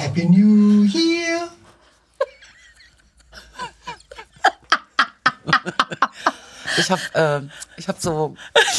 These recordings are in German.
Happy New Year. Ich hab so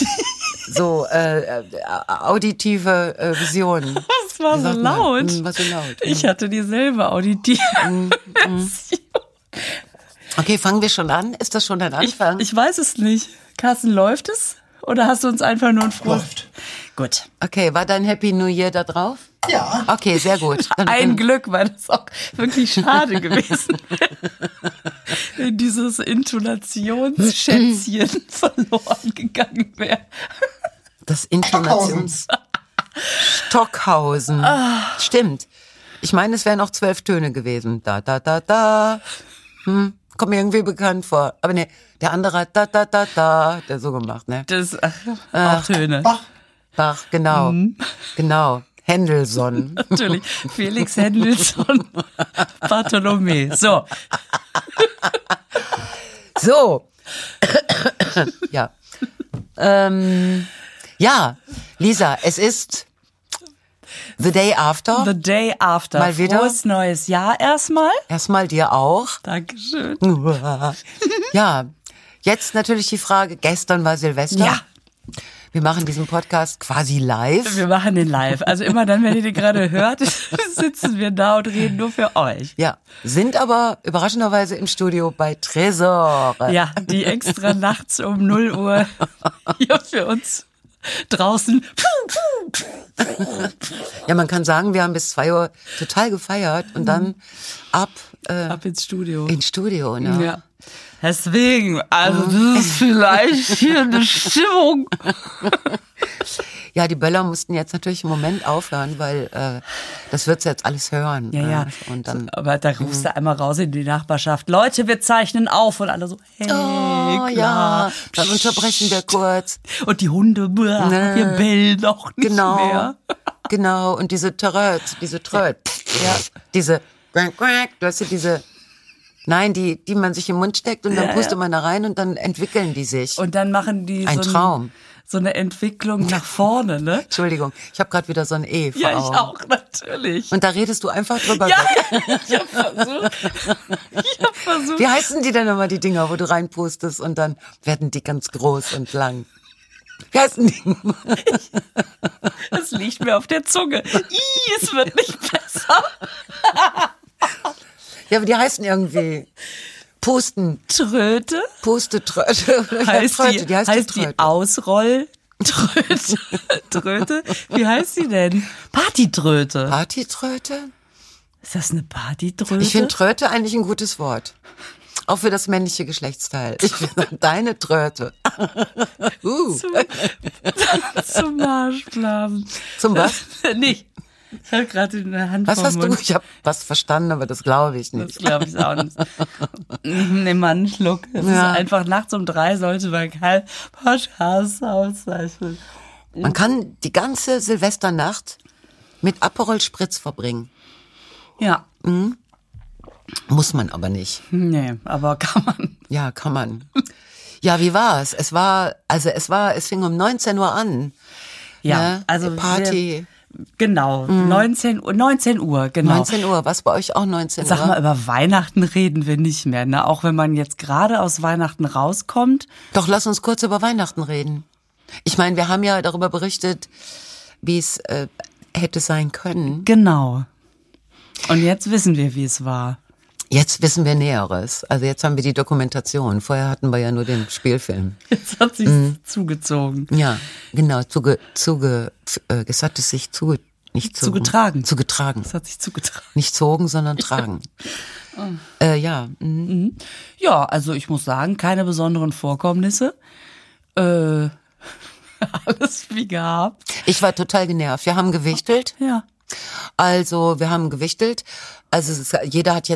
auditive Visionen. Das war so laut. War so laut. Ich hatte dieselbe auditive Version. Okay, fangen wir schon an? Ist das schon ein Anfang? Ich weiß es nicht. Carsten, läuft es? Oder hast du uns einfach nur ein frohes... Läuft. Gut. Okay, war dein Happy New Year da drauf? Ja. Okay, sehr gut. Ein Glück, weil das auch wirklich schade gewesen wäre, wenn dieses Intonationsschätzchen verloren gegangen wäre. Das Intonations... Stockhausen. Stimmt. Ich meine, es wären auch 12 Töne gewesen. Da, da, da, da. Kommt mir irgendwie bekannt vor. Aber nee, der andere hat da, da, da, da, der so gemacht, ne? Das auch Töne. Bach, genau. Genau. Hendelson. Natürlich. Felix Hendelson. Bartholomä. So. So. Ja. Ja, Lisa, es ist The Day After. The Day After. Mal wieder. Frohes neues Jahr erstmal. Erstmal dir auch. Dankeschön. Ja, jetzt natürlich die Frage, gestern war Silvester. Ja. Wir machen diesen Podcast quasi live. Wir machen den live. Also immer dann, wenn ihr den gerade hört, sitzen wir da und reden nur für euch. Ja, sind aber überraschenderweise im Studio bei Tresor. Ja, die extra nachts um 0 Uhr hier für uns draußen. Ja, man kann sagen, wir haben bis 2 Uhr total gefeiert und dann ab ins Studio. ins Studio. Ne? Ja. Deswegen, also das ist vielleicht hier eine Stimmung. Ja, die Böller mussten jetzt natürlich im Moment aufhören, weil das wird's jetzt alles hören. Ja. Und dann, Aber da rufst du einmal raus in die Nachbarschaft. Leute, wir zeichnen auf. Und alle so, hey, oh, klar. ja, dann unterbrechen wir kurz. Und die Hunde, wir bellen auch nicht mehr. Genau, und diese Tröt, ja, diese, du hast ja diese, nein, die man sich im Mund steckt und dann pustet man da rein und dann entwickeln die sich. Und dann machen die Ein Traum. So eine Entwicklung nach vorne, ne? Entschuldigung, ich habe gerade wieder so ein E vor Ja, ich Augen. auch, natürlich. Und da redest du einfach drüber Ja, weg. ich hab versucht. Wie heißen die denn immer, die Dinger, wo du reinpustest und dann werden die ganz groß und lang? Wie heißen die? Es liegt mir auf der Zunge. Es wird nicht besser. Ja, aber die heißen irgendwie Pusten. Tröte? Pustetröte. Heißt Tröte, die, heißt heißt die Tröte. Ausrolltröte? Tröte? Wie heißt die denn? Partytröte. Partytröte? Ist das eine Partytröte? Ich finde Tröte eigentlich ein gutes Wort. Auch für das männliche Geschlechtsteil. Ich finde deine Tröte. Zum Marschblasen. Zum was? Nicht. Ich habe gerade in der Hand Was vom hast du? Mund. Ich habe was verstanden, aber das glaube ich Das nicht. glaube ich auch nicht. Nimm mal einen Schluck. Es Ja. ist einfach nachts um 3 sollte man kein Podcast auszeichnen. Man kann die ganze Silvesternacht mit Aperol Spritz verbringen. Ja. Muss man aber nicht. Nee, aber kann man. Ja, kann man. Ja, wie war's? Es fing um 19 Uhr an. Ja, Ne? also Party. Genau, 19 Uhr, genau. 19 Uhr, was bei euch auch 19 Sag Uhr? mal, über Weihnachten reden wir nicht mehr, ne? Auch wenn man jetzt gerade aus Weihnachten rauskommt. Doch, lass uns kurz über Weihnachten reden. Ich meine, wir haben ja darüber berichtet, wie es hätte sein können. Genau. Und jetzt wissen wir, wie es war. Jetzt wissen wir Näheres. Also jetzt haben wir die Dokumentation. Vorher hatten wir ja nur den Spielfilm. Jetzt hat sich's zugezogen. Ja, genau. Es hat es sich nicht Zugetragen. Zugetragen. Es hat sich zugetragen. Nicht zogen, sondern tragen. Ja. Ja, also ich muss sagen, keine besonderen Vorkommnisse. Alles wie gehabt. Ich war total genervt. Wir haben gewichtelt. Ja. Also wir haben gewichtelt. Also jeder hat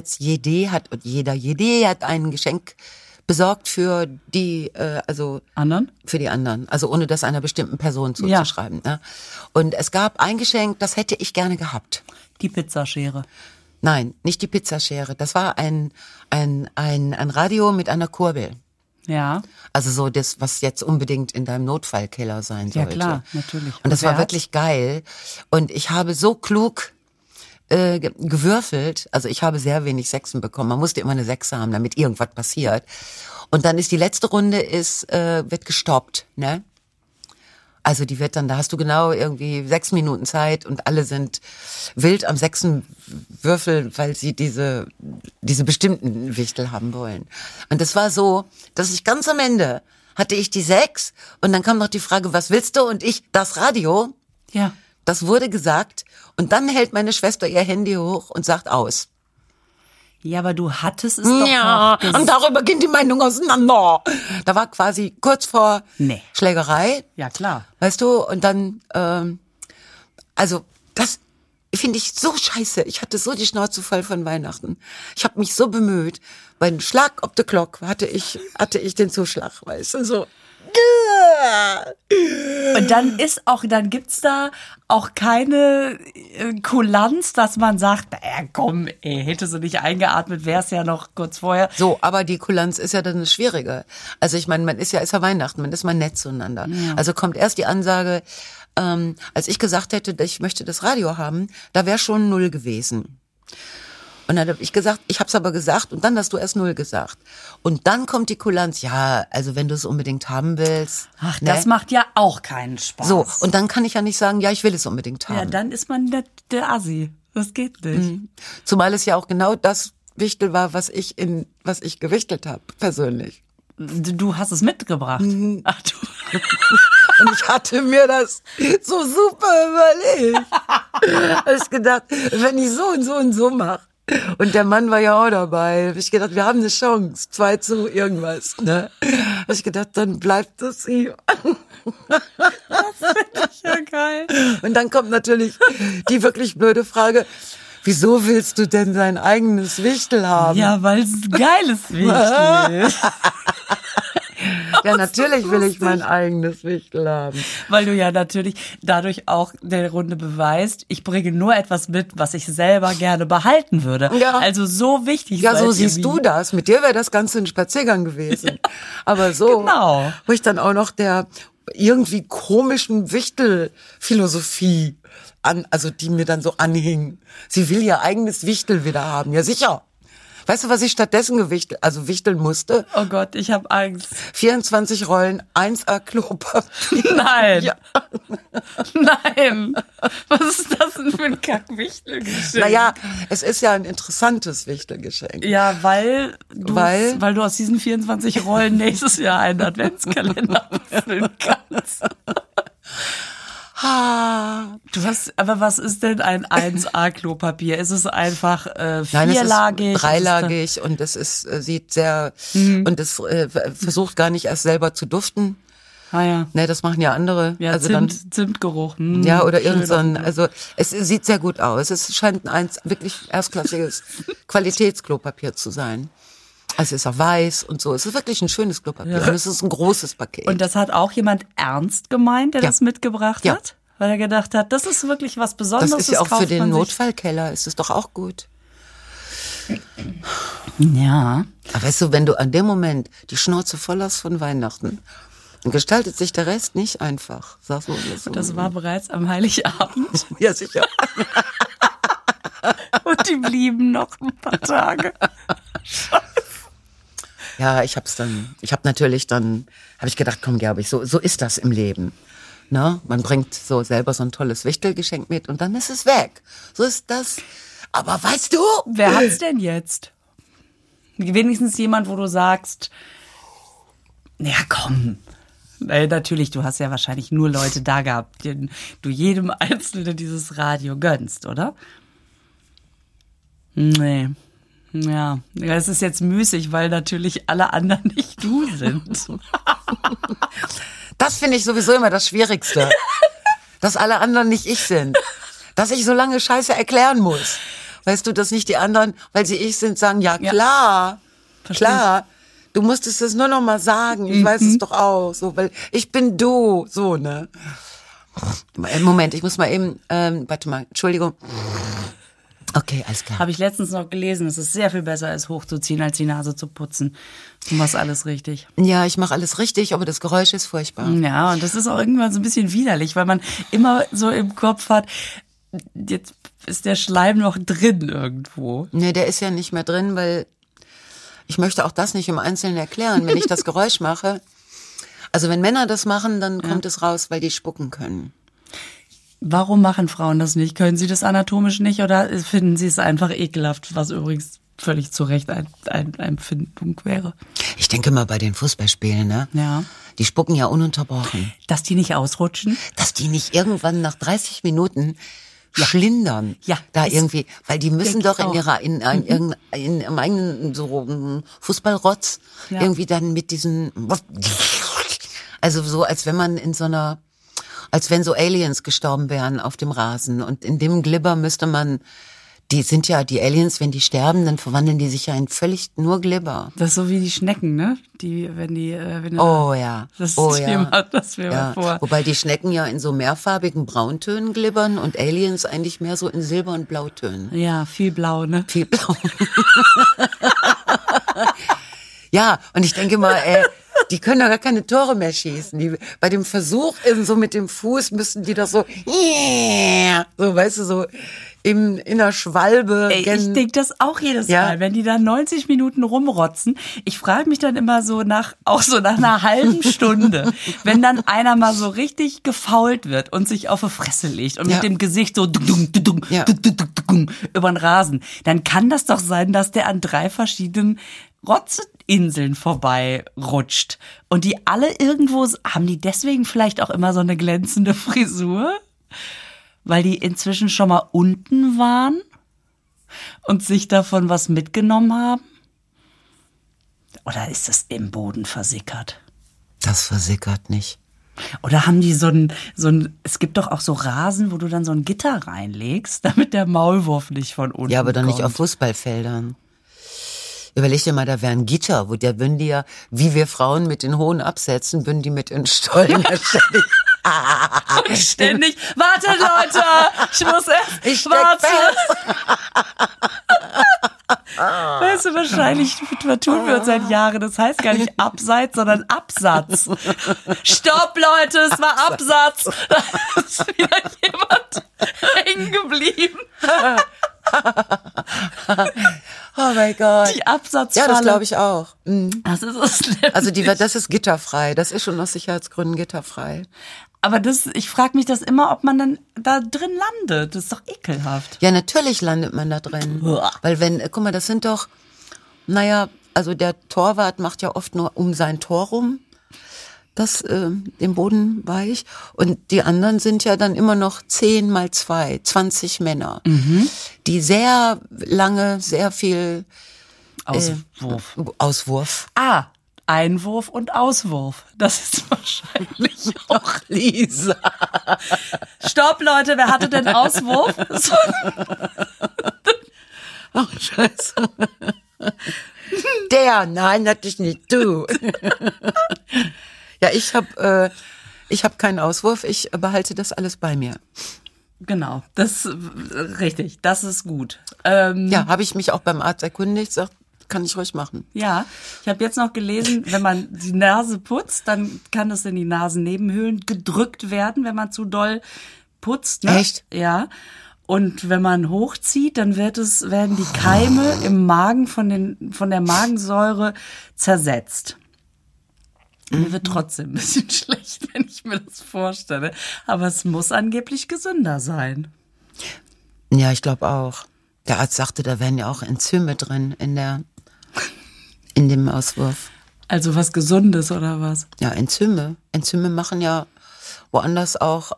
ein Geschenk besorgt für die, Anderen? für die anderen. Also ohne das einer bestimmten Person zuzuschreiben. Ne? Und es gab ein Geschenk, das hätte ich gerne gehabt. Die Pizzaschere. Nein, nicht die Pizzaschere. Das war ein Radio mit einer Kurbel. Ja. Also so das, was jetzt unbedingt in deinem Notfallkeller sein Ja sollte. klar, natürlich. Und das wer war hat's? wirklich geil. Und ich habe so klug gewürfelt. Also ich habe sehr wenig Sechsen bekommen. Man musste immer eine Sechse haben, damit irgendwas passiert. Und dann ist die letzte Runde wird gestoppt, ne? Also die wird dann, da hast du genau irgendwie 6 Minuten Zeit und alle sind wild am 6. Würfel, weil sie diese bestimmten Wichtel haben wollen. Und das war so, dass ich ganz am Ende hatte ich die 6 und dann kam noch die Frage, was willst du? Und ich, das Radio. Ja. Das wurde gesagt und dann hält meine Schwester ihr Handy hoch und sagt aus. Ja, aber du hattest es doch Ja, noch und darüber gehen die Meinungen auseinander. Da war quasi kurz vor Schlägerei. Ja, klar. Weißt du, und dann, also das finde ich so scheiße. Ich hatte so die Schnauze voll von Weihnachten. Ich habe mich so bemüht. Beim Schlag op the Clock hatte ich den Zuschlag, weißt du, so. Und dann gibt's da auch keine Kulanz, dass man sagt, komm, hätte sie nicht eingeatmet, wär's ja noch kurz vorher. So, aber die Kulanz ist ja dann das Schwierige. Also ich meine, man ist ja Weihnachten, man ist mal nett zueinander. Ja. Also kommt erst die Ansage, als ich gesagt hätte, ich möchte das Radio haben, da wäre schon 0 gewesen. Und dann habe ich gesagt, ich habe es aber gesagt und dann hast du erst 0 gesagt. Und dann kommt die Kulanz, ja, also wenn du es unbedingt haben willst. Ach, ne? Das macht ja auch keinen Spaß. So, und dann kann ich ja nicht sagen, ja, ich will es unbedingt haben. Ja, dann ist man der Assi. Das geht nicht. Mhm. Zumal es ja auch genau das Wichtel war, was ich gewichtelt habe, persönlich. Du hast es mitgebracht. Mhm. Ach du. Und ich hatte mir das so super überlegt. Habe ich gedacht, wenn ich so und so und so mache. Und der Mann war ja auch dabei. Hab ich gedacht, wir haben eine Chance. 2 zu irgendwas, ne? Hab ich gedacht, dann bleibt das hier. Das finde ich ja geil. Und dann kommt natürlich die wirklich blöde Frage, wieso willst du denn dein eigenes Wichtel haben? Ja, weil es ein geiles Wichtel ist. Ja, natürlich will ich mein eigenes Wichtel haben. Weil du ja natürlich dadurch auch der Runde beweist, ich bringe nur etwas mit, was ich selber gerne behalten würde. Ja. Also so wichtig. Ja, so siehst du das. Mit dir wäre das Ganze ein Spaziergang gewesen. Ja. Aber so, genau. Wo ich dann auch noch der irgendwie komischen Wichtelphilosophie also die mir dann so anhing. Sie will ihr eigenes Wichtel wieder haben. Ja, sicher. Weißt du, was ich stattdessen wichteln musste? Oh Gott, ich habe Angst. 24 Rollen 1A Klopapier. Nein. Ja. Nein. Was ist das denn für ein Kack-Wichtelgeschenk? Naja, es ist ja ein interessantes Wichtelgeschenk. Ja, weil du aus diesen 24 Rollen nächstes Jahr einen Adventskalender basteln kannst. Aber was ist denn ein 1A Klopapier? Ist es einfach vierlagig? Nein, es ist dreilagig und es sieht sehr und es versucht gar nicht erst selber zu duften. Ah ja. Ne, das machen ja andere. Ja, also Zimtgeruch. Ja, oder irgend so ein, also es sieht sehr gut aus. Es scheint ein wirklich erstklassiges Qualitätsklopapier zu sein. Also es ist auch weiß und so. Es ist wirklich ein schönes Klopapier. Ja. Und es ist ein großes Paket. Und das hat auch jemand ernst gemeint, der das mitgebracht hat? Weil er gedacht hat, das ist wirklich was Besonderes. Das ist ja auch für den Notfallkeller, ist es doch auch gut. Ja. Aber weißt du, wenn du an dem Moment die Schnauze voll hast von Weihnachten, dann gestaltet sich der Rest nicht einfach. Sagst du, das war bereits am Heiligabend. Ja, sicher. Und die blieben noch ein paar Tage. Ja, habe ich gedacht, komm, glaube ich, so ist das im Leben. Ne? Man bringt so selber so ein tolles Wichtelgeschenk mit und dann ist es weg. So ist das. Aber weißt du? Wer hat's denn jetzt? Wenigstens jemand, wo du sagst, ja komm. Natürlich, du hast ja wahrscheinlich nur Leute da gehabt, denen du jedem Einzelnen dieses Radio gönnst, oder? Nee. Ja, es ist jetzt müßig, weil natürlich alle anderen nicht du sind. Das finde ich sowieso immer das Schwierigste. Dass alle anderen nicht ich sind. Dass ich so lange Scheiße erklären muss. Weißt du, dass nicht die anderen, weil sie ich sind, sagen, ja klar, klar. Du musstest es nur noch mal sagen. Ich weiß es doch auch. So, weil ich bin du. So, ne? Moment, ich muss mal eben, warte mal, Entschuldigung. Okay, alles klar. Habe ich letztens noch gelesen, es ist sehr viel besser, es hochzuziehen, als die Nase zu putzen. Du machst alles richtig. Ja, ich mache alles richtig, aber das Geräusch ist furchtbar. Ja, und das ist auch irgendwann so ein bisschen widerlich, weil man immer so im Kopf hat, jetzt ist der Schleim noch drin irgendwo? Nee, der ist ja nicht mehr drin, weil ich möchte auch das nicht im Einzelnen erklären, wenn ich das Geräusch mache. Also wenn Männer das machen, dann kommt es raus, weil die spucken können. Warum machen Frauen das nicht? Können sie das anatomisch nicht oder finden sie es einfach ekelhaft, was übrigens völlig zu Recht eine Empfindung wäre? Ich denke mal bei den Fußballspielen, ne? Ja. Die spucken ja ununterbrochen. Dass die nicht ausrutschen? Dass die nicht irgendwann nach 30 Minuten schlindern. Ja, Da ist- irgendwie, weil die müssen denk doch ich auch. in ihrem eigenen so Fußballrotz Ja. irgendwie dann mit diesen, also so als wenn man als wenn so Aliens gestorben wären auf dem Rasen und in dem Glibber müsste man, die sind ja, die Aliens, wenn die sterben, dann verwandeln die sich ja in völlig nur Glibber. Das ist so wie die Schnecken, ne? Wenn Oh ja. Das oh Thema, ja. das wir ja. mal vor. Wobei die Schnecken ja in so mehrfarbigen Brauntönen glibbern und Aliens eigentlich mehr so in Silber- und Blautönen. Ja, viel blau, ne? Viel Blau. Ja, und ich denke mal, die können doch gar keine Tore mehr schießen. Die, bei dem Versuch, so mit dem Fuß, müssten die doch so, weißt du, so in der Schwalbe. Ey, ich denke das auch jedes Ja. Mal, wenn die da 90 Minuten rumrotzen. Ich frage mich dann immer so nach einer halben Stunde, wenn dann einer mal so richtig gefault wird und sich auf die Fresse legt und Ja. mit dem Gesicht so Ja. über den Rasen, dann kann das doch sein, dass der an 3 verschiedenen Rotzinseln vorbei rutscht. Und die alle irgendwo, haben die deswegen vielleicht auch immer so eine glänzende Frisur? Weil die inzwischen schon mal unten waren und sich davon was mitgenommen haben? Oder ist das im Boden versickert? Das versickert nicht. Oder haben die so ein, es gibt doch auch so Rasen, wo du dann so ein Gitter reinlegst, damit der Maulwurf nicht von unten Ja, aber doch nicht kommt. auf Fußballfeldern. Überleg dir mal, da wäre ein Gitter, würden die ja, wie wir Frauen mit den hohen Absätzen, würden die mit den Stollen ständig. Ständig. Warte, Leute! Ich muss erst. Ich steck warte! fest. Weißt du, wahrscheinlich vertun wir uns seit Jahren. Das heißt gar nicht Abseits, sondern Absatz. Stopp, Leute, es war Absatz. Da ist wieder jemand hängen geblieben. Oh mein Gott. Die Absatzfalle. Ja, das glaube ich auch. Mhm. Das ist so schlimm. Also das ist gitterfrei. Das ist schon aus Sicherheitsgründen gitterfrei. Aber ich frage mich das immer, ob man dann da drin landet. Das ist doch ekelhaft. Ja, natürlich landet man da drin. Uah. Weil guck mal, das sind doch, also der Torwart macht ja oft nur um sein Tor rum, den Boden weich. Und die anderen sind ja dann immer noch 10 mal 2, 20 Männer, die sehr lange, sehr viel Auswurf. Einwurf und Auswurf. Das ist wahrscheinlich auch. Lisa. Stopp, Leute, wer hatte denn Auswurf? So. Ach, scheiße. Nein, natürlich nicht, du. Ja, ich hab keinen Auswurf, ich behalte das alles bei mir. Genau, richtig, das ist gut. Ja, habe ich mich auch beim Arzt erkundigt, sagt, kann ich ruhig machen. Ja, ich habe jetzt noch gelesen, wenn man die Nase putzt, dann kann das in die Nasennebenhöhlen gedrückt werden, wenn man zu doll putzt. Ne? Echt? Ja. Und wenn man hochzieht, dann werden die Keime im Magen von der Magensäure zersetzt. Mir wird trotzdem ein bisschen schlecht, wenn ich mir das vorstelle. Aber es muss angeblich gesünder sein. Ja, ich glaube auch. Der Arzt sagte, da wären ja auch Enzyme drin in dem Auswurf. Also was Gesundes oder was? Ja, Enzyme. Enzyme machen ja woanders auch.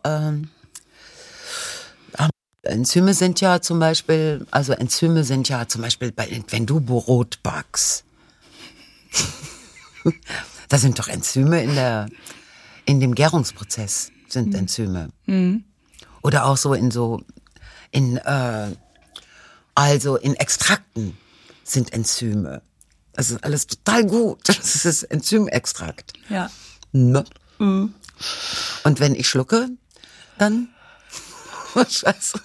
Enzyme sind ja zum Beispiel, wenn du Brot backst. Da sind doch Enzyme in dem Gärungsprozess sind Enzyme. Mhm. Oder auch so in Extrakten sind Enzyme. Das ist alles total gut. Das ist Enzymextrakt. Ja. Ne? Mhm. Und wenn ich schlucke, dann Scheiße.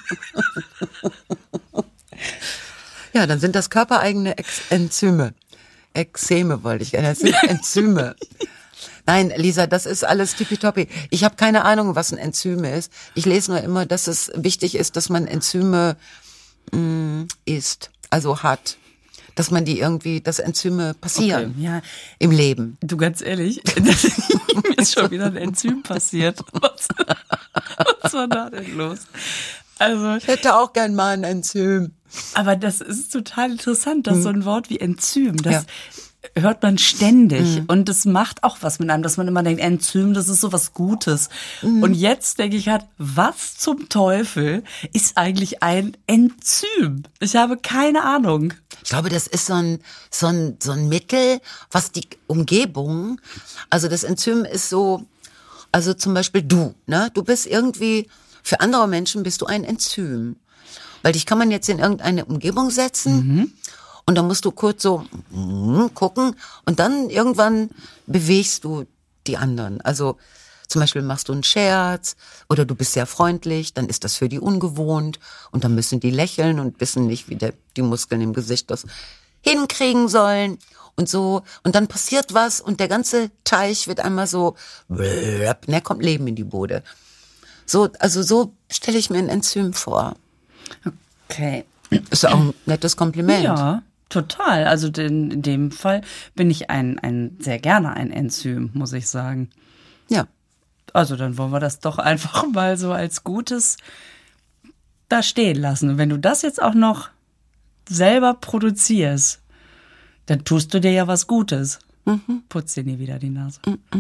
Ja, dann sind das körpereigene Enzyme. Ekzeme wollte ich gerne. Das sind Enzyme. Nein, Lisa, das ist alles tippitoppi. Ich habe keine Ahnung, was ein Enzym ist. Ich lese nur immer, dass es wichtig ist, dass man Enzyme isst, also hat. Dass man die irgendwie, dass Enzyme passieren Ja. im Leben. Du, ganz ehrlich, mir ist schon wieder ein Enzym passiert. Was war da denn los? Also, Ich hätte auch gern mal ein Enzym. aber das ist total interessant, dass so ein Wort wie Enzym, das hört man ständig und das macht auch was mit einem, dass man immer denkt, Enzym, das ist so was Gutes. Und jetzt denke ich halt, was zum Teufel ist eigentlich ein Enzym? Ich habe keine Ahnung. Ich glaube, das ist so ein Mittel, was die Umgebung, also das Enzym ist so, also zum Beispiel du, ne? Du bist irgendwie, für andere Menschen bist du ein Enzym. Weil dich kann man jetzt in irgendeine Umgebung setzen und dann musst du kurz so gucken und dann irgendwann bewegst du die anderen. Also zum Beispiel machst du einen Scherz oder du bist sehr freundlich, dann ist das für die ungewohnt und dann müssen die lächeln und wissen nicht, wie die Muskeln im Gesicht das hinkriegen sollen und so. Und dann passiert was und der ganze Teich wird einmal so, ne, kommt Leben in die Bude. So, also so stelle ich mir ein Enzym vor. Okay. Ist ja auch ein nettes Kompliment. Ja, total. Also in dem Fall bin ich sehr gerne ein Enzym, muss ich sagen. Ja. Also dann wollen wir das doch einfach mal so als Gutes da stehen lassen. Und wenn du das jetzt auch noch selber produzierst, dann tust du dir ja was Gutes. Putz dir nie wieder die Nase.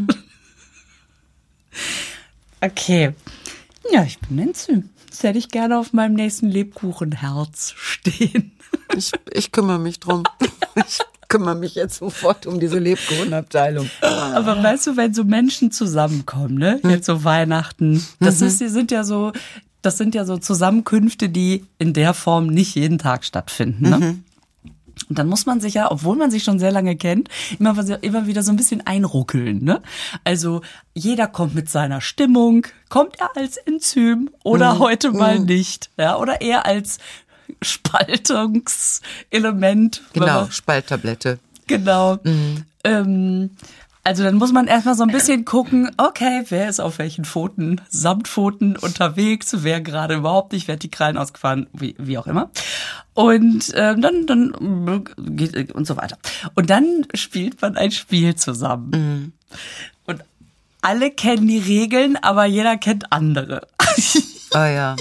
Okay. Ja, ich bin ein Enzym. Das hätte ich gerne auf meinem nächsten Lebkuchenherz stehen. Ich kümmere mich drum. Ich kümmere mich jetzt sofort um diese Lebkuchenabteilung. Aber weißt du, wenn so Menschen zusammenkommen, ne, jetzt so Weihnachten, das sind ja so Zusammenkünfte, die in der Form nicht jeden Tag stattfinden, ne? Und dann muss man sich ja, obwohl man sich schon sehr lange kennt, immer wieder so ein bisschen einruckeln, ne? Also jeder kommt mit seiner Stimmung, kommt er als Enzym oder heute mal nicht, ja? Oder eher als Spaltungselement. Genau, Spalttablette. Genau. Also dann muss man erstmal so ein bisschen gucken, okay, wer ist auf welchen Pfoten, Samtpfoten unterwegs, wer gerade überhaupt nicht, wer hat die Krallen ausgefahren, wie auch immer. Und dann geht und so weiter. Und dann spielt man ein Spiel zusammen. Und alle kennen die Regeln, aber jeder kennt andere. Oh ja.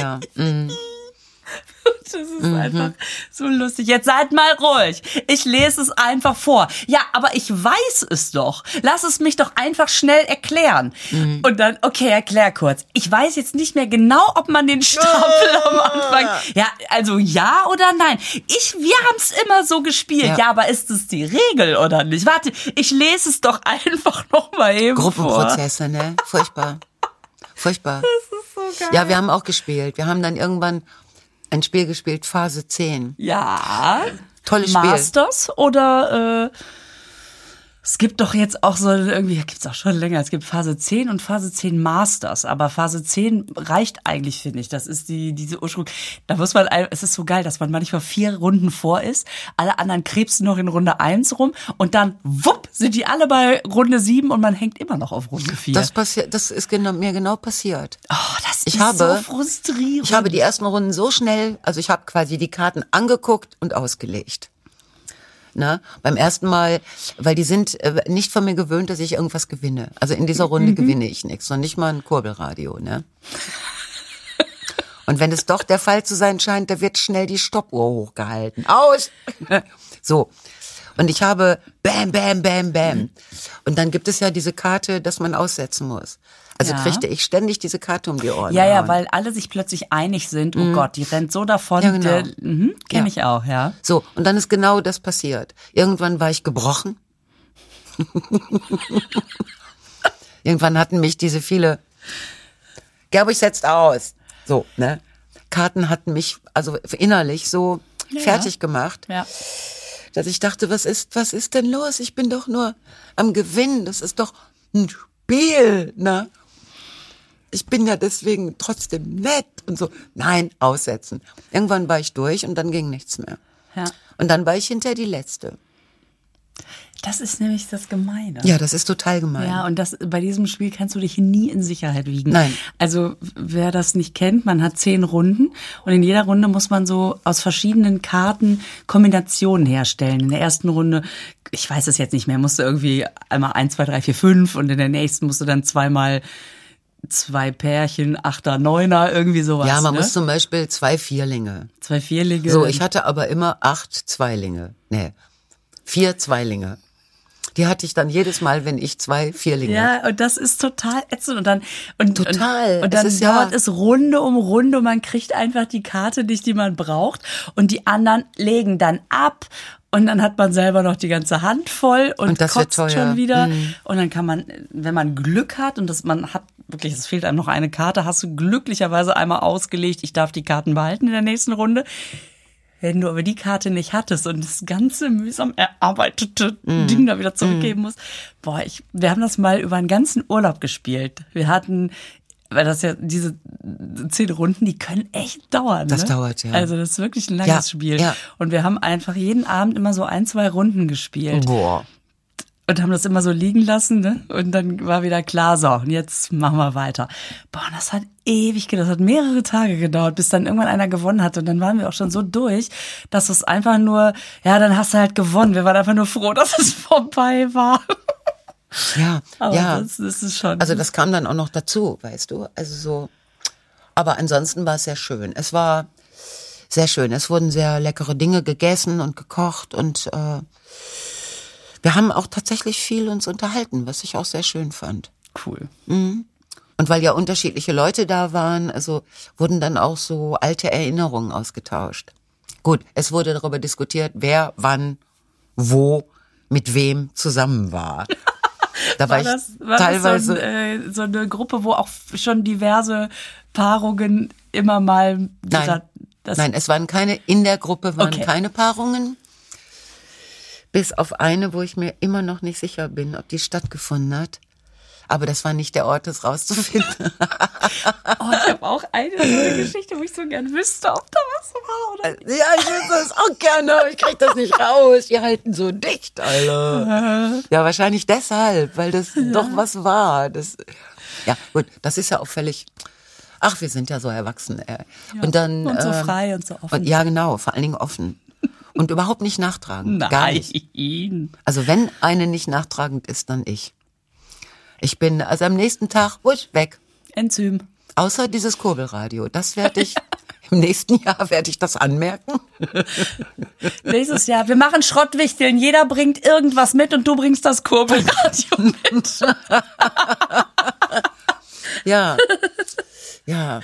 Das ist einfach so lustig. Jetzt seid mal ruhig. Ich lese es einfach vor. Ja, aber ich weiß es doch. Lass es mich doch einfach schnell erklären. Und dann, okay, erklär kurz. Ich weiß jetzt nicht mehr genau, ob man den Stapel am Anfang... Ja, also ja oder nein. Wir haben es immer so gespielt. Ja, aber ist es die Regel oder nicht? Warte, ich lese es doch einfach noch mal eben Gruppenprozesse, ne? Furchtbar. Das ist so geil. Ja, wir haben auch gespielt. Wir haben dann irgendwann ein Spiel gespielt, Phase 10. Ja. Tolles Spiel. Masters oder es gibt doch jetzt auch so irgendwie, gibt's auch schon länger, es gibt Phase 10 und Phase 10 Masters, aber Phase 10 reicht eigentlich, finde ich. Das ist diese Ursprung. Da muss man, es ist so geil, dass man manchmal 4 Runden vor ist, alle anderen krebsen noch in Runde 1 rum und dann, wupp, sind die alle bei Runde 7 und man hängt immer noch auf Runde 4. Das ist mir genau passiert. Oh, das ist so frustrierend. Ich habe die ersten Runden so schnell, also ich habe quasi die Karten angeguckt und ausgelegt. Na, beim ersten Mal, weil die sind nicht von mir gewöhnt, dass ich irgendwas gewinne. Also in dieser Runde gewinne ich nichts, noch nicht mal ein Kurbelradio, ne? Und wenn es doch der Fall zu sein scheint, da wird schnell die Stoppuhr hochgehalten. Aus! So. Und ich habe Bam, Bam, Bam, Bam. Und dann gibt es ja diese Karte, dass man aussetzen muss. Also kriegte ich ständig diese Karte um die Ohren. Ja, weil alle sich plötzlich einig sind, oh Gott, die rennt so davon. Ja, genau. Kenn ich auch, ja. So, und dann ist genau das passiert. Irgendwann war ich gebrochen. Irgendwann hatten mich diese Gerwig setzt aus. So, ne? Karten hatten mich also innerlich so fertig gemacht. Ja. Dass ich dachte, was ist denn los? Ich bin doch nur am Gewinnen. Das ist doch ein Spiel, ne? Ich bin ja deswegen trotzdem nett und so. Nein, aussetzen. Irgendwann war ich durch und dann ging nichts mehr. Ja. Und dann war ich hinterher die Letzte. Das ist nämlich das Gemeine. Ja, das ist total gemein. Ja, und bei diesem Spiel kannst du dich nie in Sicherheit wiegen. Nein. Also, wer das nicht kennt, man hat 10 Runden und in jeder Runde muss man so aus verschiedenen Karten Kombinationen herstellen. In der ersten Runde, ich weiß es jetzt nicht mehr, musst du irgendwie einmal 1, 2, 3, 4, 5 und in der nächsten musst du dann zweimal 2 Pärchen, 8er, 9er, irgendwie sowas. Ja, man ne? muss zum Beispiel 2 Vierlinge. 2 Vierlinge. So, ich hatte aber immer 8 Zweilinge. Nee, 4 Zweilinge. Die hatte ich dann jedes Mal, wenn ich 2 Vierlinge. Ja, und das ist total ätzend. Und dann, Total. Und dann Es ist dauert es Runde um Runde und man kriegt einfach die Karte nicht, die man braucht. Und die anderen legen dann ab. Und dann hat man selber noch die ganze Hand voll und das wird kotzt teuer. schon wieder. Und dann kann man, wenn man Glück hat und man hat wirklich, es fehlt einem noch eine Karte, hast du glücklicherweise einmal ausgelegt, ich darf die Karten behalten in der nächsten Runde. Wenn du aber die Karte nicht hattest und das ganze mühsam erarbeitete Ding da wieder zurückgeben musst. Wir haben das mal über einen ganzen Urlaub gespielt. Wir hatten, weil das ja diese 10 Runden, die können echt dauern. Das ne? dauert, ja. Also das ist wirklich ein langes Spiel. Ja. Und wir haben einfach jeden Abend immer so 1, 2 Runden gespielt. Boah. Und haben das immer so liegen lassen, ne? Und dann war wieder klar, so, und jetzt machen wir weiter. Boah, und das hat ewig gedauert, das hat mehrere Tage gedauert, bis dann irgendwann einer gewonnen hat. Und dann waren wir auch schon so durch, dass es einfach nur, ja, dann hast du halt gewonnen. Wir waren einfach nur froh, dass es vorbei war. Ja, Aber ja. das ist schon. Also das kam dann auch noch dazu, weißt du? Also so. Aber ansonsten war es sehr schön. Es war sehr schön. Es wurden sehr leckere Dinge gegessen und gekocht und wir haben auch tatsächlich viel uns unterhalten, was ich auch sehr schön fand. cool. Und weil ja unterschiedliche Leute da waren, also wurden dann auch so alte Erinnerungen ausgetauscht. Gut, es wurde darüber diskutiert, wer, wann, wo, mit wem zusammen war. Da war ich teilweise das so eine Gruppe, wo auch schon diverse Paarungen immer mal Nein, es waren keine, in der Gruppe waren Okay. keine Paarungen. Bis auf eine, wo ich mir immer noch nicht sicher bin, ob die stattgefunden hat. Aber das war nicht der Ort, das rauszufinden. Oh, ich habe auch so eine Geschichte, wo ich so gern wüsste, ob da was war oder nicht. Ja, ich wüsste das auch gerne, aber ich krieg das nicht raus. Die halten so dicht, alle. Ja, wahrscheinlich deshalb, weil das doch was war. Ja, gut, das ist ja auch völlig. Ach, wir sind ja so erwachsen. Und dann Und so frei und so offen. Ja, genau, vor allen Dingen offen. Und überhaupt nicht nachtragend. Gar nicht. Nein. Also wenn eine nicht nachtragend ist, dann ich. Ich bin also am nächsten Tag weg. Enzym. Außer dieses Kurbelradio. Das werde ich, im nächsten Jahr werde ich das anmerken. Nächstes Jahr, wir machen Schrottwichteln. Jeder bringt irgendwas mit und du bringst das Kurbelradio mit. Ja. Ja.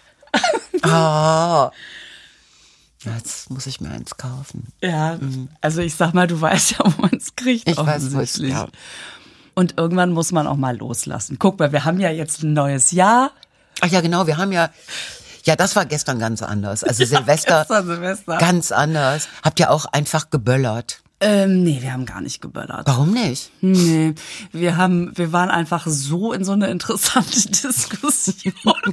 Oh. Jetzt muss ich mir eins kaufen. Ja, also ich sag mal, du weißt ja, wo man es kriegt. Ich weiß, wo es offensichtlich. ja. Und irgendwann muss man auch mal loslassen. Guck mal, wir haben ja jetzt ein neues Jahr. Ach ja, genau, wir haben ja, das war gestern ganz anders. Also Silvester, Silvester. ganz anders. Habt ihr auch einfach geböllert? Nee, wir haben gar nicht geböllert. Warum nicht? Nee, wir waren einfach so in so eine interessante Diskussion.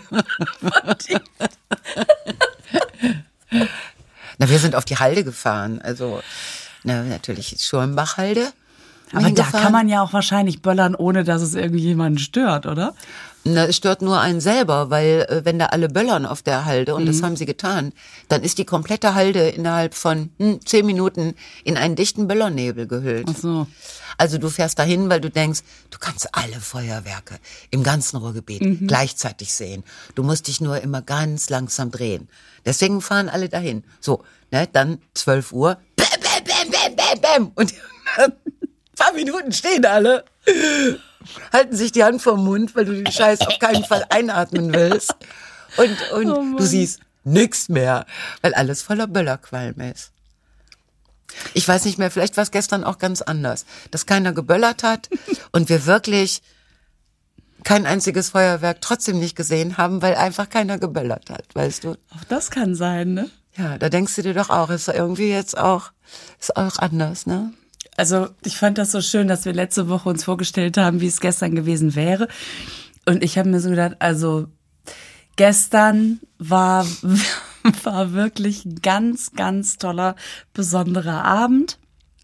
Na, wir sind auf die Halde gefahren. Also, natürlich Schurmbach-Halde. Aber da kann man ja auch wahrscheinlich böllern, ohne dass es irgendjemanden stört, oder? Na, es stört nur einen selber, weil wenn da alle böllern auf der Halde, und das haben sie getan, dann ist die komplette Halde innerhalb von 10 Minuten in einen dichten Böllernebel gehüllt. Ach so. Also du fährst dahin, weil du denkst, du kannst alle Feuerwerke im ganzen Ruhrgebiet gleichzeitig sehen. Du musst dich nur immer ganz langsam drehen. Deswegen fahren alle dahin. So, dann 12 Uhr, bäm, bäm, bäm, bäm, bäm, bäm. Und ein paar Minuten stehen alle, halten sich die Hand vom Mund, weil du den Scheiß auf keinen Fall einatmen willst. Und du siehst nix mehr, weil alles voller Böllerqualm ist. Ich weiß nicht mehr, vielleicht war es gestern auch ganz anders, dass keiner geböllert hat und wir wirklich kein einziges Feuerwerk trotzdem nicht gesehen haben, weil einfach keiner geböllert hat, weißt du? Auch das kann sein, ne? Ja, da denkst du dir doch auch, ist irgendwie jetzt auch, ist auch anders, ne? Also ich fand das so schön, dass wir letzte Woche uns vorgestellt haben, wie es gestern gewesen wäre. Und ich habe mir so gedacht, also gestern war wirklich ein ganz, ganz toller, besonderer Abend.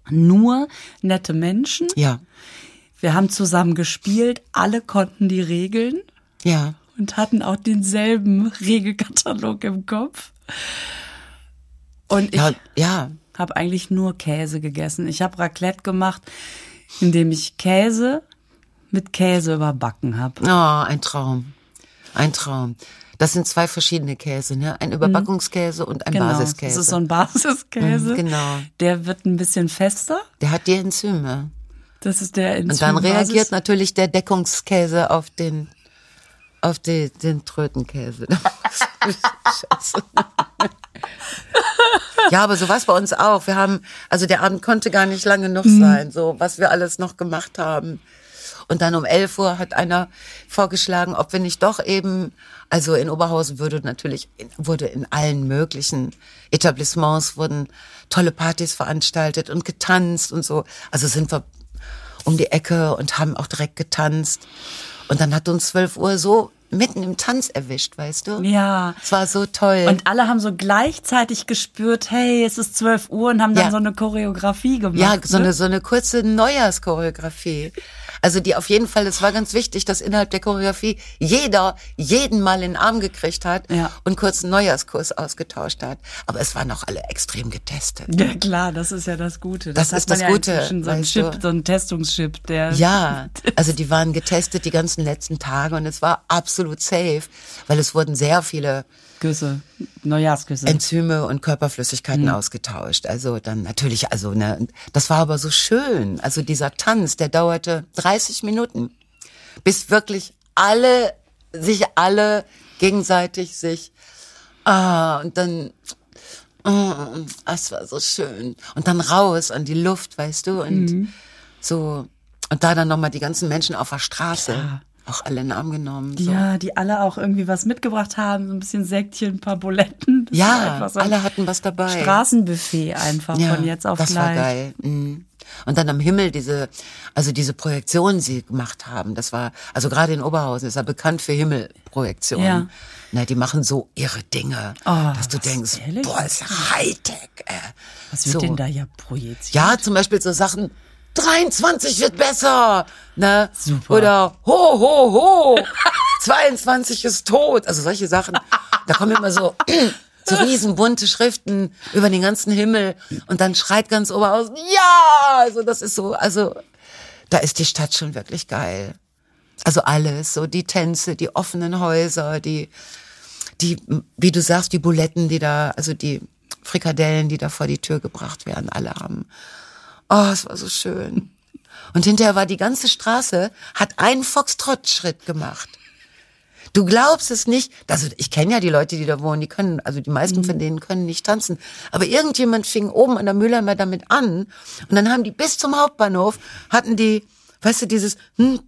nur nette Menschen. Ja, Wir haben zusammen gespielt, alle konnten die Regeln ja. und hatten auch denselben Regelkatalog im Kopf. Und ich Ja. habe eigentlich nur Käse gegessen. Ich habe Raclette gemacht, indem ich Käse mit Käse überbacken habe. Oh, ein Traum. Ein Traum. Das sind 2 verschiedene Käse, ne? Ein Überbackungskäse und ein Basiskäse. Das ist so ein Basiskäse. Genau. Der wird ein bisschen fester. Der hat die Enzyme. Das ist der Und dann reagiert natürlich der Deckungskäse auf den Trötenkäse. Scheiße. Ja, aber so war es bei uns auch. Also der Abend konnte gar nicht lang genug sein, so was wir alles noch gemacht haben. Und dann um 11 Uhr hat einer vorgeschlagen, ob wir nicht doch eben, also in Oberhausen wurde in allen möglichen Etablissements wurden tolle Partys veranstaltet und getanzt und so. Also sind wir um die Ecke und haben auch direkt getanzt. Und dann hat uns 12 Uhr so mitten im Tanz erwischt, weißt du? Ja. Es war so toll. Und alle haben so gleichzeitig gespürt, hey, es ist 12 Uhr und haben dann so eine Choreografie gemacht. Ja, so eine kurze Neujahrschoreografie. Also die auf jeden Fall, es war ganz wichtig, dass innerhalb der Choreografie jeden mal in den Arm gekriegt hat und kurz einen Neujahrskurs ausgetauscht hat. Aber es waren auch alle extrem getestet. Ja klar, das ist ja das Gute. Das ist das Gute. So ein Chip, so ein Testungschip, der. Ja, also die waren getestet die ganzen letzten Tage und es war absolut safe, weil es wurden sehr viele Küsse, Neujahrsküsse. Enzyme und Körperflüssigkeiten ausgetauscht. Also dann natürlich, das war aber so schön. Also dieser Tanz, der dauerte 30 Minuten, bis wirklich alle gegenseitig und dann, es war so schön. Und dann raus an die Luft, weißt du, und so, und da dann nochmal die ganzen Menschen auf der Straße. Klar. Auch alle in den Arm genommen. So. Ja, die alle auch irgendwie was mitgebracht haben, so ein bisschen Säckchen, ein paar Buletten. Das ja, so alle hatten was dabei. Straßenbuffet einfach von jetzt auf das gleich. Das war geil. Mhm. Und dann am Himmel diese Projektionen, die sie gemacht haben, das war, also gerade in Oberhausen ist er bekannt für Himmelprojektionen. Ja. Na, die machen so irre Dinge, dass du denkst, ehrlich? Boah, ist Hightech. Was wird denn da ja projiziert? Ja, zum Beispiel so Sachen, 23 wird besser, ne? Super. Oder ho, ho, ho, 22 ist tot. Also solche Sachen. Da kommen immer so riesenbunte Schriften über den ganzen Himmel und dann schreit ganz Oberhausen, ja! Also das ist so, also da ist die Stadt schon wirklich geil. Also alles, so die Tänze, die offenen Häuser, die, wie du sagst, die Buletten, also die Frikadellen, die da vor die Tür gebracht werden, alle haben. Oh, es war so schön. Und hinterher war die ganze Straße, hat einen Foxtrott-Schritt gemacht. Du glaubst es nicht. Also ich kenne ja die Leute, die da wohnen, die meisten von denen können nicht tanzen. Aber irgendjemand fing oben an der Mülheimer damit an. Und dann haben die bis zum Hauptbahnhof, hatten die, weißt du, dieses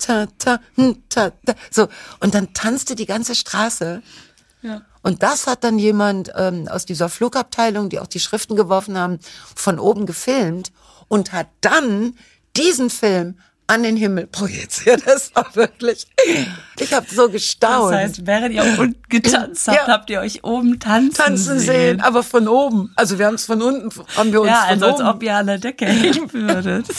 so. Und dann tanzte die ganze Straße. Ja. Und das hat dann jemand aus dieser Flugabteilung, die auch die Schriften geworfen haben, von oben gefilmt. Und hat dann diesen Film an den Himmel projiziert. Das war wirklich, ich habe so gestaunt. Das heißt, während ihr unten getanzt habt, habt ihr euch oben tanzen sehen. Aber von oben. Also wir haben es von unten, haben wir uns von oben. Ja, als ob ihr an der Decke hängen würdet.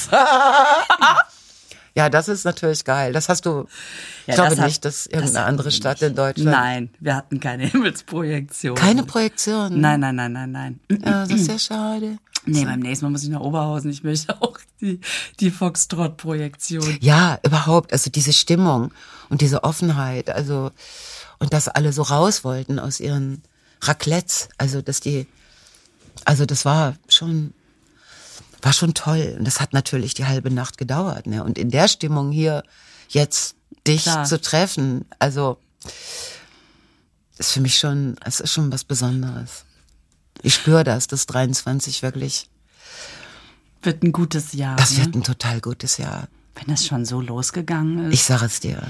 Ja, das ist natürlich geil. Das hast du, ich glaube nicht, dass irgendeine andere Stadt in Deutschland. Nein, wir hatten keine Himmelsprojektion. Keine Projektion? Nein. Ja, das ist ja schade. Nee, beim nächsten Mal muss ich nach Oberhausen. Ich möchte auch die Foxtrott-Projektion. Ja, überhaupt. Also diese Stimmung und diese Offenheit. Also, und dass alle so raus wollten aus ihren Raclettes. Also, das war schon toll. Und das hat natürlich die halbe Nacht gedauert, ne? Und in der Stimmung hier jetzt dich zu treffen, also, ist für mich schon was Besonderes. Ich spüre das 23 wirklich. Wird ein gutes Jahr. Das wird ein total gutes Jahr. Wenn es schon so losgegangen ist. Ich sage es dir.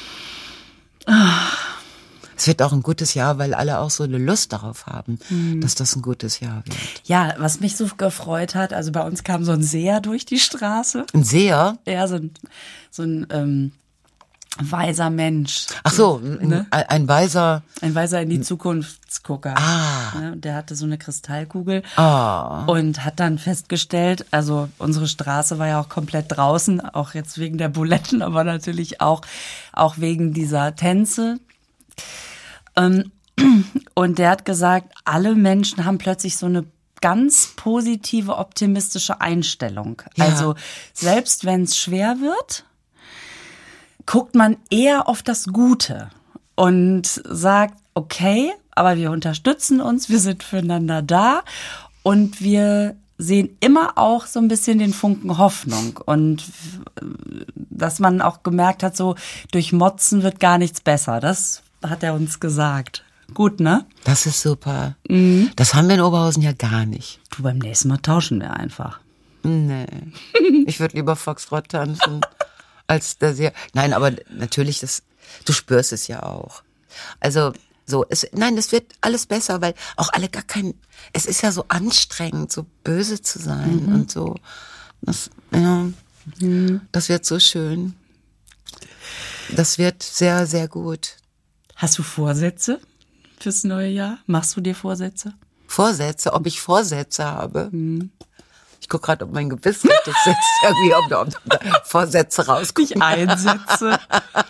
Es wird auch ein gutes Jahr, weil alle auch so eine Lust darauf haben, dass das ein gutes Jahr wird. Ja, was mich so gefreut hat, also bei uns kam so ein Seher durch die Straße. Ein Seher? Ja, so ein weiser Mensch. Ach so, Ne? ein weiser. Ein weiser in die Zukunftsgucker. Ah. Ne? Der hatte so eine Kristallkugel Ah. und hat dann festgestellt, also unsere Straße war ja auch komplett draußen, auch jetzt wegen der Buletten, aber natürlich auch wegen dieser Tänze. Und der hat gesagt, alle Menschen haben plötzlich so eine ganz positive, optimistische Einstellung. Ja. Also selbst wenn es schwer wird, guckt man eher auf das Gute und sagt, okay, aber wir unterstützen uns, wir sind füreinander da und wir sehen immer auch so ein bisschen den Funken Hoffnung und dass man auch gemerkt hat, so durch Motzen wird gar nichts besser. Das hat er uns gesagt. Gut, ne? Das ist super. Das haben wir in Oberhausen ja gar nicht. Du, beim nächsten Mal tauschen wir einfach. Nee. Ich würde lieber Foxtrot tanzen als das hier. Nein, aber natürlich, du spürst es ja auch. Also, das wird alles besser, weil auch alle es ist ja so anstrengend, so böse zu sein und so. Das wird so schön. Das wird sehr, sehr gut. Hast du Vorsätze fürs neue Jahr? Machst du dir Vorsätze? Vorsätze, ob ich Vorsätze habe? Ich gucke gerade, ob mein Gewissen das jetzt irgendwie, ob da Vorsätze rauskommen. Ich einsetze.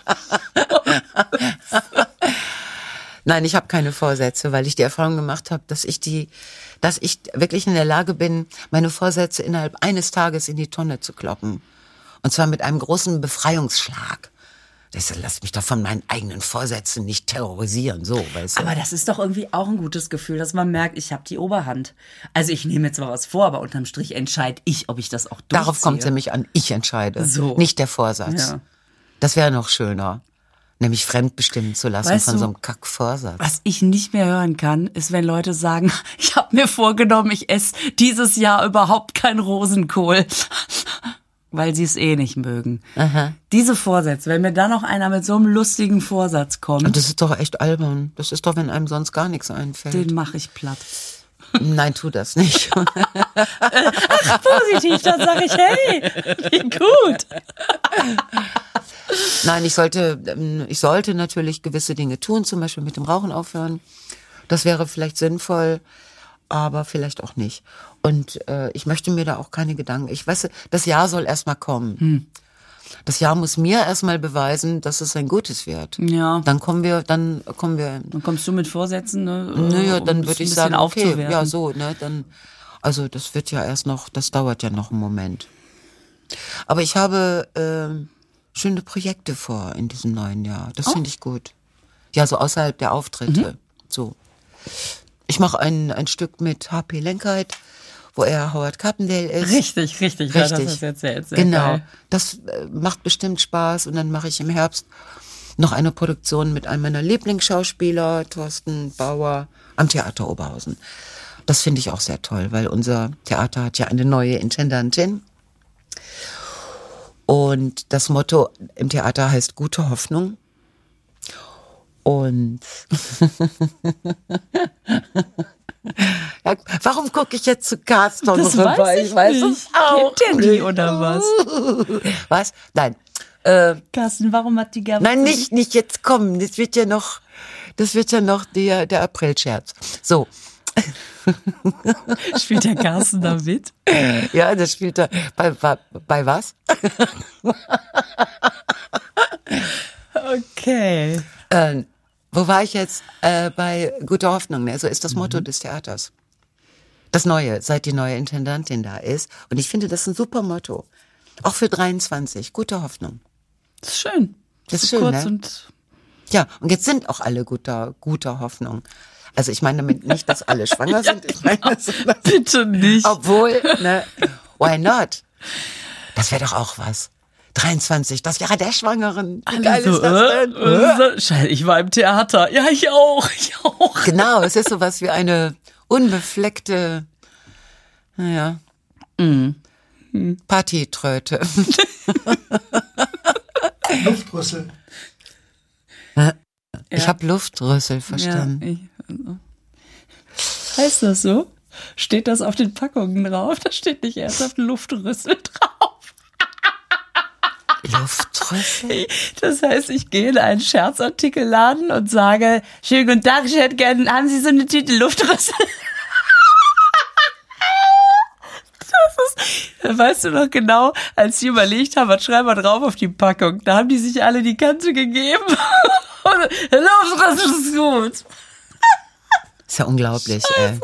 Nein, ich habe keine Vorsätze, weil ich die Erfahrung gemacht habe, dass ich wirklich in der Lage bin, meine Vorsätze innerhalb eines Tages in die Tonne zu kloppen. Und zwar mit einem großen Befreiungsschlag. Lass mich doch von meinen eigenen Vorsätzen nicht terrorisieren, so, weißt du. Aber das ist doch irgendwie auch ein gutes Gefühl, dass man merkt, ich habe die Oberhand. Also ich nehme jetzt mal was vor, aber unterm Strich entscheide ich, ob ich das auch durchziehe. Darauf kommt es nämlich an, ich entscheide, so. nicht der Vorsatz. Ja. Das wäre noch schöner, nämlich fremdbestimmen zu lassen Weißt von du, so einem Kackvorsatz. Was ich nicht mehr hören kann, ist, wenn Leute sagen, ich habe mir vorgenommen, ich esse dieses Jahr überhaupt kein Rosenkohl. Weil sie es eh nicht mögen. Aha. Diese Vorsätze, wenn mir da noch einer mit so einem lustigen Vorsatz kommt, Und das ist doch echt albern. Das ist doch, wenn einem sonst gar nichts einfällt. den mache ich platt. Nein, tu das nicht. Positiv, dann sage ich, hey, wie gut. Nein, ich sollte natürlich gewisse Dinge tun, zum Beispiel mit dem Rauchen aufhören. Das wäre vielleicht sinnvoll, aber vielleicht auch nicht. Und ich möchte mir da auch keine Gedanken. Ich weiß, das Jahr soll erstmal kommen. Das Jahr muss mir erstmal beweisen, dass es ein gutes wird. Ja. Dann kommen wir. Dann kommst du mit Vorsätzen, ne? Naja, dann um würde ich es sagen, ein bisschen okay, aufzuwerten. ja, so, ne, dann, also das dauert ja noch einen Moment. Aber ich habe schöne Projekte vor in diesem neuen Jahr. Das finde ich gut. Ja, so außerhalb der Auftritte. So. Ich mache ein Stück mit H.P. Lenkheit, wo er Howard Carpendale ist. Richtig. Ja, das hast du erzählt. Sehr Genau. geil. Das macht bestimmt Spaß. Und dann mache ich im Herbst noch eine Produktion mit einem meiner Lieblingsschauspieler, Thorsten Bauer, am Theater Oberhausen. Das finde ich auch sehr toll, weil unser Theater hat ja eine neue Intendantin. Und das Motto im Theater heißt Gute Hoffnung. Und ja, warum gucke ich jetzt zu Carsten Das rüber? weiß ich nicht. es auch. Kennt ihr die oder was? Was? Nein. Carsten, warum hat die gerne... Nein, nicht jetzt kommen. Das wird ja noch der Aprilscherz. So. Spielt der Carsten da mit? Ja, das spielt er bei was? Okay. Wo war ich jetzt? Bei Gute Hoffnung, ne? So ist das Motto des Theaters. Das Neue, seit die neue Intendantin da ist. Und ich finde, das ist ein super Motto. Auch für 23. Gute Hoffnung. Das ist schön. Das ist so schön, kurz ne? und Ja, und jetzt sind auch alle guter Hoffnung. Also ich meine damit nicht, dass alle schwanger sind. Ich meine, bitte nicht. obwohl, ne? Why not? Das wäre doch auch was. 23, das Jahr der Schwangeren. Wie geil ist das denn? Scheiße, ich war im Theater. Ja, ich auch. Genau, es ist sowas wie eine unbefleckte, Partytröte. Luftrüssel. Ich habe Luftrüssel verstanden. Heißt das so? Steht das auf den Packungen drauf? Da steht nicht ernsthaft Luftrüssel drauf. Luftrüssel. Luftrüssel? Das heißt, ich gehe in einen Scherzartikelladen und sage, schönen guten Tag, ich hätte gerne, haben Sie so eine Tüte Luftrüssel? Weißt du noch genau, als sie überlegt haben, was schreiben wir drauf auf die Packung, da haben die sich alle die Kante gegeben. Luftrüssel ist gut. Ist ja unglaublich, ey.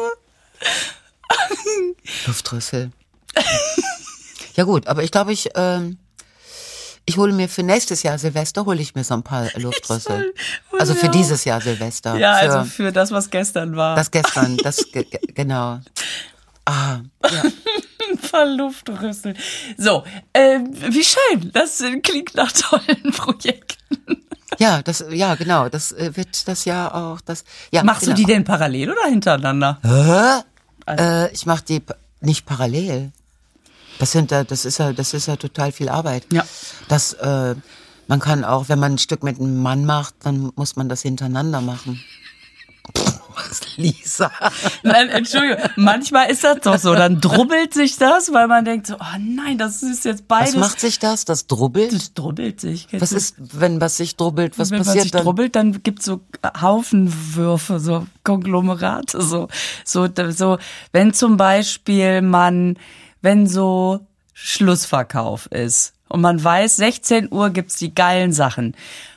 Luftrüssel. Ja gut, aber ich glaube, ich hole mir für nächstes Jahr Silvester, hole ich mir so ein paar Luftrüssel. Also für dieses Jahr Silvester. Ja, also für das, was gestern war. Das gestern, genau. Ah, ja. Ein paar Luftrüssel. So, wie schön. Das klingt nach tollen Projekten. Ja, genau. Das wird das Jahr auch. Ja, Machst genau. du die denn parallel oder hintereinander? Ich mache die nicht parallel. Das ist ja total viel Arbeit. Ja. Man kann auch, wenn man ein Stück mit einem Mann macht, dann muss man das hintereinander machen. Was, Lisa? Nein, Entschuldigung. Manchmal ist das doch so. Dann drubbelt sich das, weil man denkt so, oh nein, das ist jetzt beides. Was macht sich das? Das drubbelt? Das drubbelt sich. Was ist, wenn was sich drubbelt? Was Wenn passiert man sich dann? drubbelt, dann gibt's so Haufenwürfe, so Konglomerate, so, wenn zum Beispiel wenn so Schlussverkauf ist und man weiß, 16 Uhr gibt's die geilen Sachen.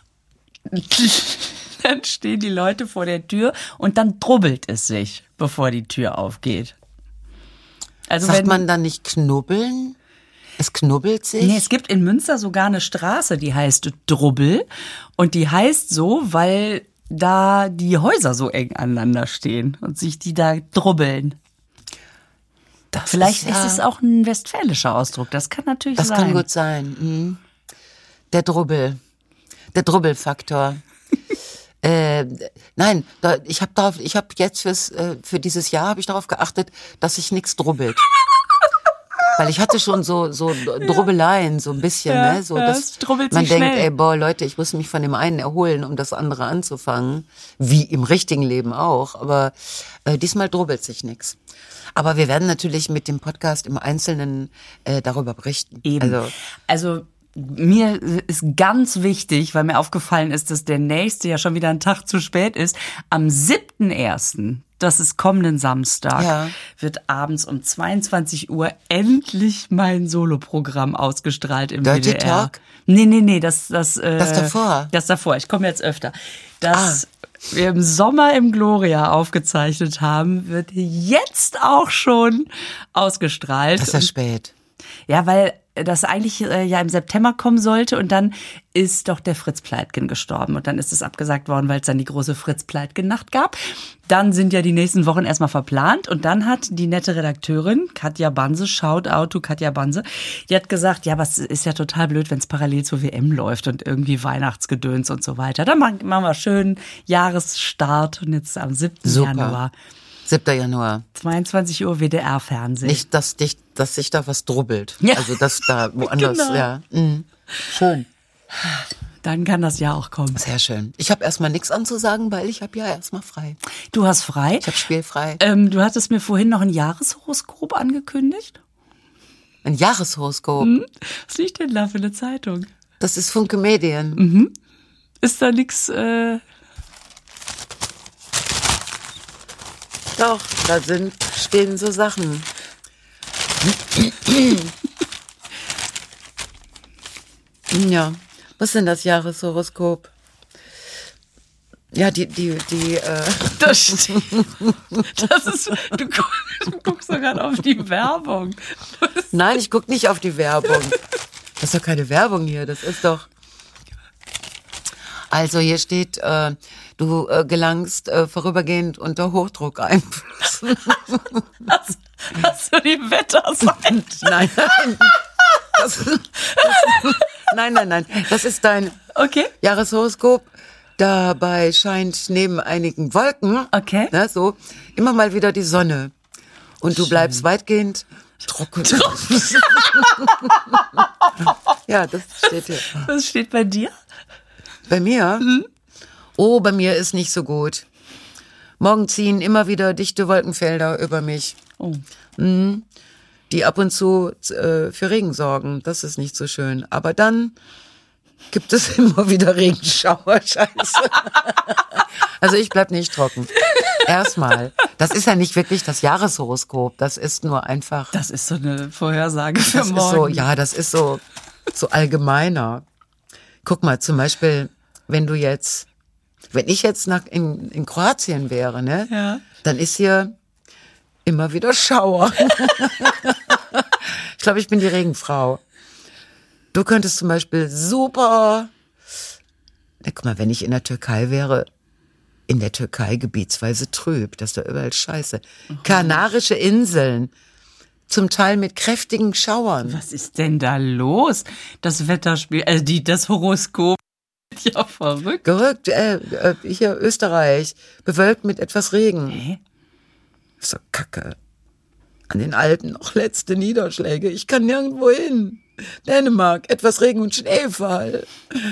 Dann stehen die Leute vor der Tür und dann drubbelt es sich, bevor die Tür aufgeht. Also Sagt man dann nicht knubbeln? Es knubbelt sich? Nee, es gibt in Münster sogar eine Straße, die heißt Drubbel. Und die heißt so, weil da die Häuser so eng aneinander stehen und sich die da drubbeln. Vielleicht ist es auch ein westfälischer Ausdruck. Das kann natürlich sein. Das kann gut sein. Mhm. Der Drubbelfaktor. Nein, ich habe jetzt für dieses Jahr habe ich darauf geachtet, dass sich nichts drubbelt. Weil ich hatte schon so Drubbeleien, so ein bisschen, Ja, ne? So, ja, dass es drubbelt man sich denkt, schnell. ey, boah, Leute, ich muss mich von dem einen erholen, um das andere anzufangen. Wie im richtigen Leben auch. Aber diesmal drubbelt sich nichts. Aber wir werden natürlich mit dem Podcast im Einzelnen darüber berichten. Eben. Also mir ist ganz wichtig, weil mir aufgefallen ist, dass der nächste ja schon wieder ein Tag zu spät ist. Am 7.1., das ist kommenden Samstag, Ja. wird abends um 22 Uhr endlich mein Soloprogramm ausgestrahlt im Dirty WDR. Talk? Nee, das davor? Das davor, ich komme jetzt öfter. Das wir im Sommer im Gloria aufgezeichnet haben, wird jetzt auch schon ausgestrahlt. Das ist ja spät. Ja, weil das eigentlich ja im September kommen sollte und dann ist doch der Fritz Pleitgen gestorben und dann ist es abgesagt worden, weil es dann die große Fritz Pleitgen-Nacht gab. Dann sind ja die nächsten Wochen erstmal verplant und dann hat die nette Redakteurin Katja Banse, Shoutout to Katja Banse, die hat gesagt, ja, aber es ist ja total blöd, wenn es parallel zur WM läuft und irgendwie Weihnachtsgedöns und so weiter. Dann machen wir schön Jahresstart und jetzt am 7. Super. Januar. 7. Januar. 22 Uhr WDR-Fernsehen. Nicht, dass sich da was drubbelt. Ja. Also, dass da woanders, Genau. ja. Mhm. Schön. Dann kann das Jahr auch kommen. Sehr schön. Ich habe erstmal nichts anzusagen, weil ich habe ja erstmal frei. Du hast frei. Ich habe spielfrei. Du hattest mir vorhin noch ein Jahreshoroskop angekündigt. Ein Jahreshoroskop. Was liegt denn da für eine Zeitung? Das ist Funke Medien. Ist da nix, Doch, da stehen so Sachen. Ja, was ist denn das Jahreshoroskop? Ja, das steht. Du guckst doch gerade auf die Werbung. Nein, ich guck nicht auf die Werbung. Das ist doch keine Werbung hier, das ist doch... Also hier steht, du gelangst vorübergehend unter Hochdruckeinfluss. Hast du die Wetterseite? Nein, nein. Das ist dein Okay. Jahreshoroskop. Dabei scheint neben einigen Wolken, Okay. ne, so, immer mal wieder die Sonne. Und du bleibst weitgehend trocken. Ja, das steht hier. Was steht bei dir? Bei mir? Oh, bei mir ist nicht so gut. Morgen ziehen immer wieder dichte Wolkenfelder über mich, Oh. die ab und zu für Regen sorgen. Das ist nicht so schön. Aber dann gibt es immer wieder Regenschauer. Scheiße. Also ich bleib nicht trocken. Erstmal. Das ist ja nicht wirklich das Jahreshoroskop. Das ist nur einfach. Das ist so eine Vorhersage für Das morgen. ist so, ja, das ist so allgemeiner. Guck mal, zum Beispiel, wenn ich jetzt in Kroatien wäre, ne, Ja. dann ist hier immer wieder Schauer. Ich glaube, ich bin die Regenfrau. Du könntest zum Beispiel super, na, guck mal, wenn ich in der Türkei wäre, in der Türkei gebietsweise trüb, das ist doch überall scheiße. Kanarische Inseln, zum Teil mit kräftigen Schauern. Was ist denn da los? Das Wetterspiel, das Horoskop. Ja, verrückt. Gerückt, hier Österreich, bewölkt mit etwas Regen. Hä? So Kacke. An den Alpen noch letzte Niederschläge. Ich kann nirgendwo hin. Dänemark, etwas Regen und Schneefall.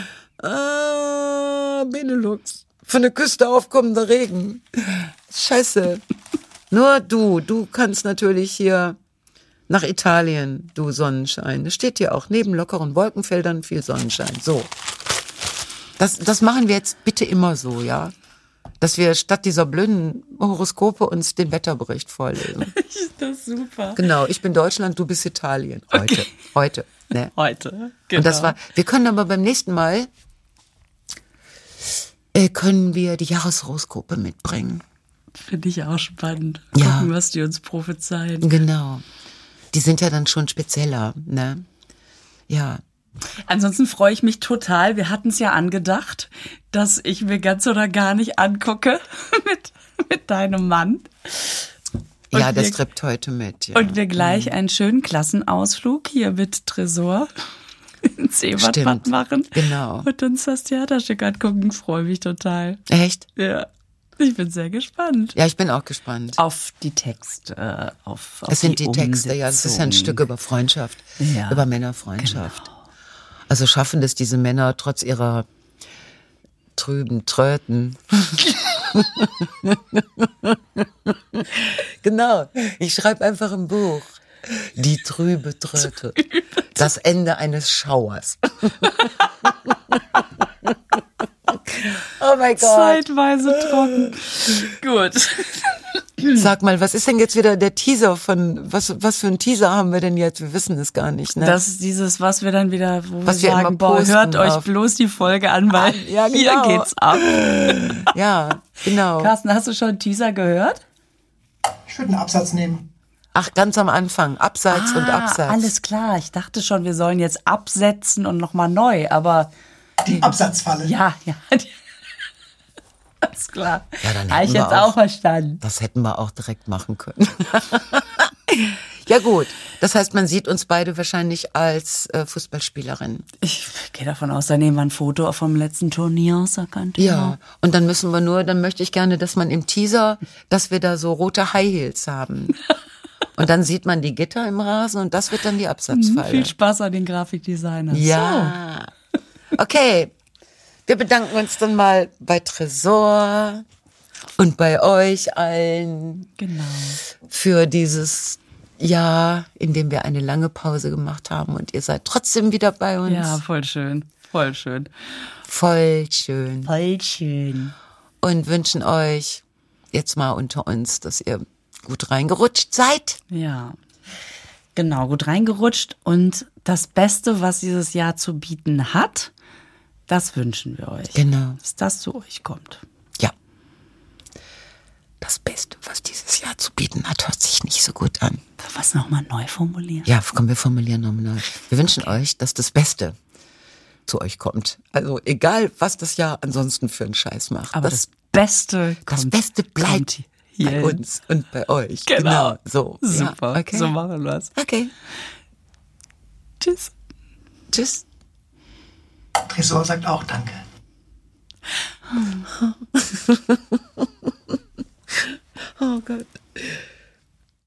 Benelux. Von der Küste aufkommender Regen. Scheiße. Nur du kannst natürlich hier nach Italien, du Sonnenschein. Es steht hier auch, neben lockeren Wolkenfeldern viel Sonnenschein. So. Das machen wir jetzt bitte immer so, ja? Dass wir statt dieser blöden Horoskope uns den Wetterbericht vorlesen. Ist das super. Genau, ich bin Deutschland, du bist Italien. Heute. Ne? Heute, genau. Und das war, wir können aber beim nächsten Mal, können wir die Jahreshoroskope mitbringen. Finde ich auch spannend. Ja. Gucken, was die uns prophezeien. Genau. Die sind ja dann schon spezieller, ne? Ja. Ansonsten freue ich mich total. Wir hatten es ja angedacht, dass ich mir ganz oder gar nicht angucke mit deinem Mann. Und Ja, der wir- strippt heute mit. Ja. Und wir gleich einen schönen Klassenausflug hier mit Tresor ins Ebertbad Stimmt. machen. Genau. Und uns das Theaterstück angucken. Freue mich total. Echt? Ja, ich bin sehr gespannt. Ja, ich bin auch gespannt. Auf die Texte, auf Es sind die Umsetzung. Texte, ja, es ist ja ein Stück über Freundschaft, Ja, über Männerfreundschaft. genau. Also schaffen es diese Männer trotz ihrer trüben Tröten. Genau, ich schreibe einfach ein Buch. Die trübe Tröte. Das Ende eines Schauers. Oh mein Gott. Zeitweise trocken. Gut. Sag mal, was ist denn jetzt wieder der Teaser von, was für ein Teaser haben wir denn jetzt? Wir wissen es gar nicht, ne? Das ist dieses, was wir dann wieder, wo Was wir wir sagen, immer boah, posten hört euch auf- bloß die Folge an, weil Ja, hier genau. geht's ab. Ja, genau. Carsten, hast du schon einen Teaser gehört? Ich würde einen Absatz nehmen. Ach, ganz am Anfang, Abseits und Absatz. Alles klar. Ich dachte schon, wir sollen jetzt absetzen und nochmal neu, aber Die Absatzfalle. ja. Alles klar. Ja, dann Habe ich hätten wir jetzt auch- auch verstanden. Das hätten wir auch direkt machen können. Ja gut, das heißt, man sieht uns beide wahrscheinlich als Fußballspielerin. Ich gehe davon aus, da nehmen wir ein Foto vom letzten Turnier. So könnte Ja, und dann dann möchte ich gerne, dass man im Teaser, dass wir da so rote High Heels haben. Und dann sieht man die Gitter im Rasen und das wird dann die Absatzfalle. Viel Spaß an den Grafikdesignern. Ja. Okay. Wir bedanken uns dann mal bei Tresor und bei euch allen So, genau. für dieses Jahr, in dem wir eine lange Pause gemacht haben und ihr seid trotzdem wieder bei uns. Ja, voll schön. Voll schön. Voll schön. Voll schön. Und wünschen euch jetzt mal unter uns, dass ihr gut reingerutscht seid. Ja. Genau, gut reingerutscht. Und das Beste, was dieses Jahr zu bieten hat, das wünschen wir euch. Genau. Dass das zu euch kommt. Ja. Das Beste, was dieses Jahr zu bieten hat, hört sich nicht so gut an. Was nochmal neu formulieren? Ja, komm, wir formulieren nochmal neu. Wir wünschen euch, dass das Beste zu euch kommt. Also egal, was das Jahr ansonsten für einen Scheiß macht. Aber das Beste das kommt, Beste bleibt kommt hier bei hin. uns und bei euch. Genau. So. Super. Ja, okay. So machen wir's. Okay. Tschüss. Tschüss. Tresor sagt auch Danke. Oh Gott.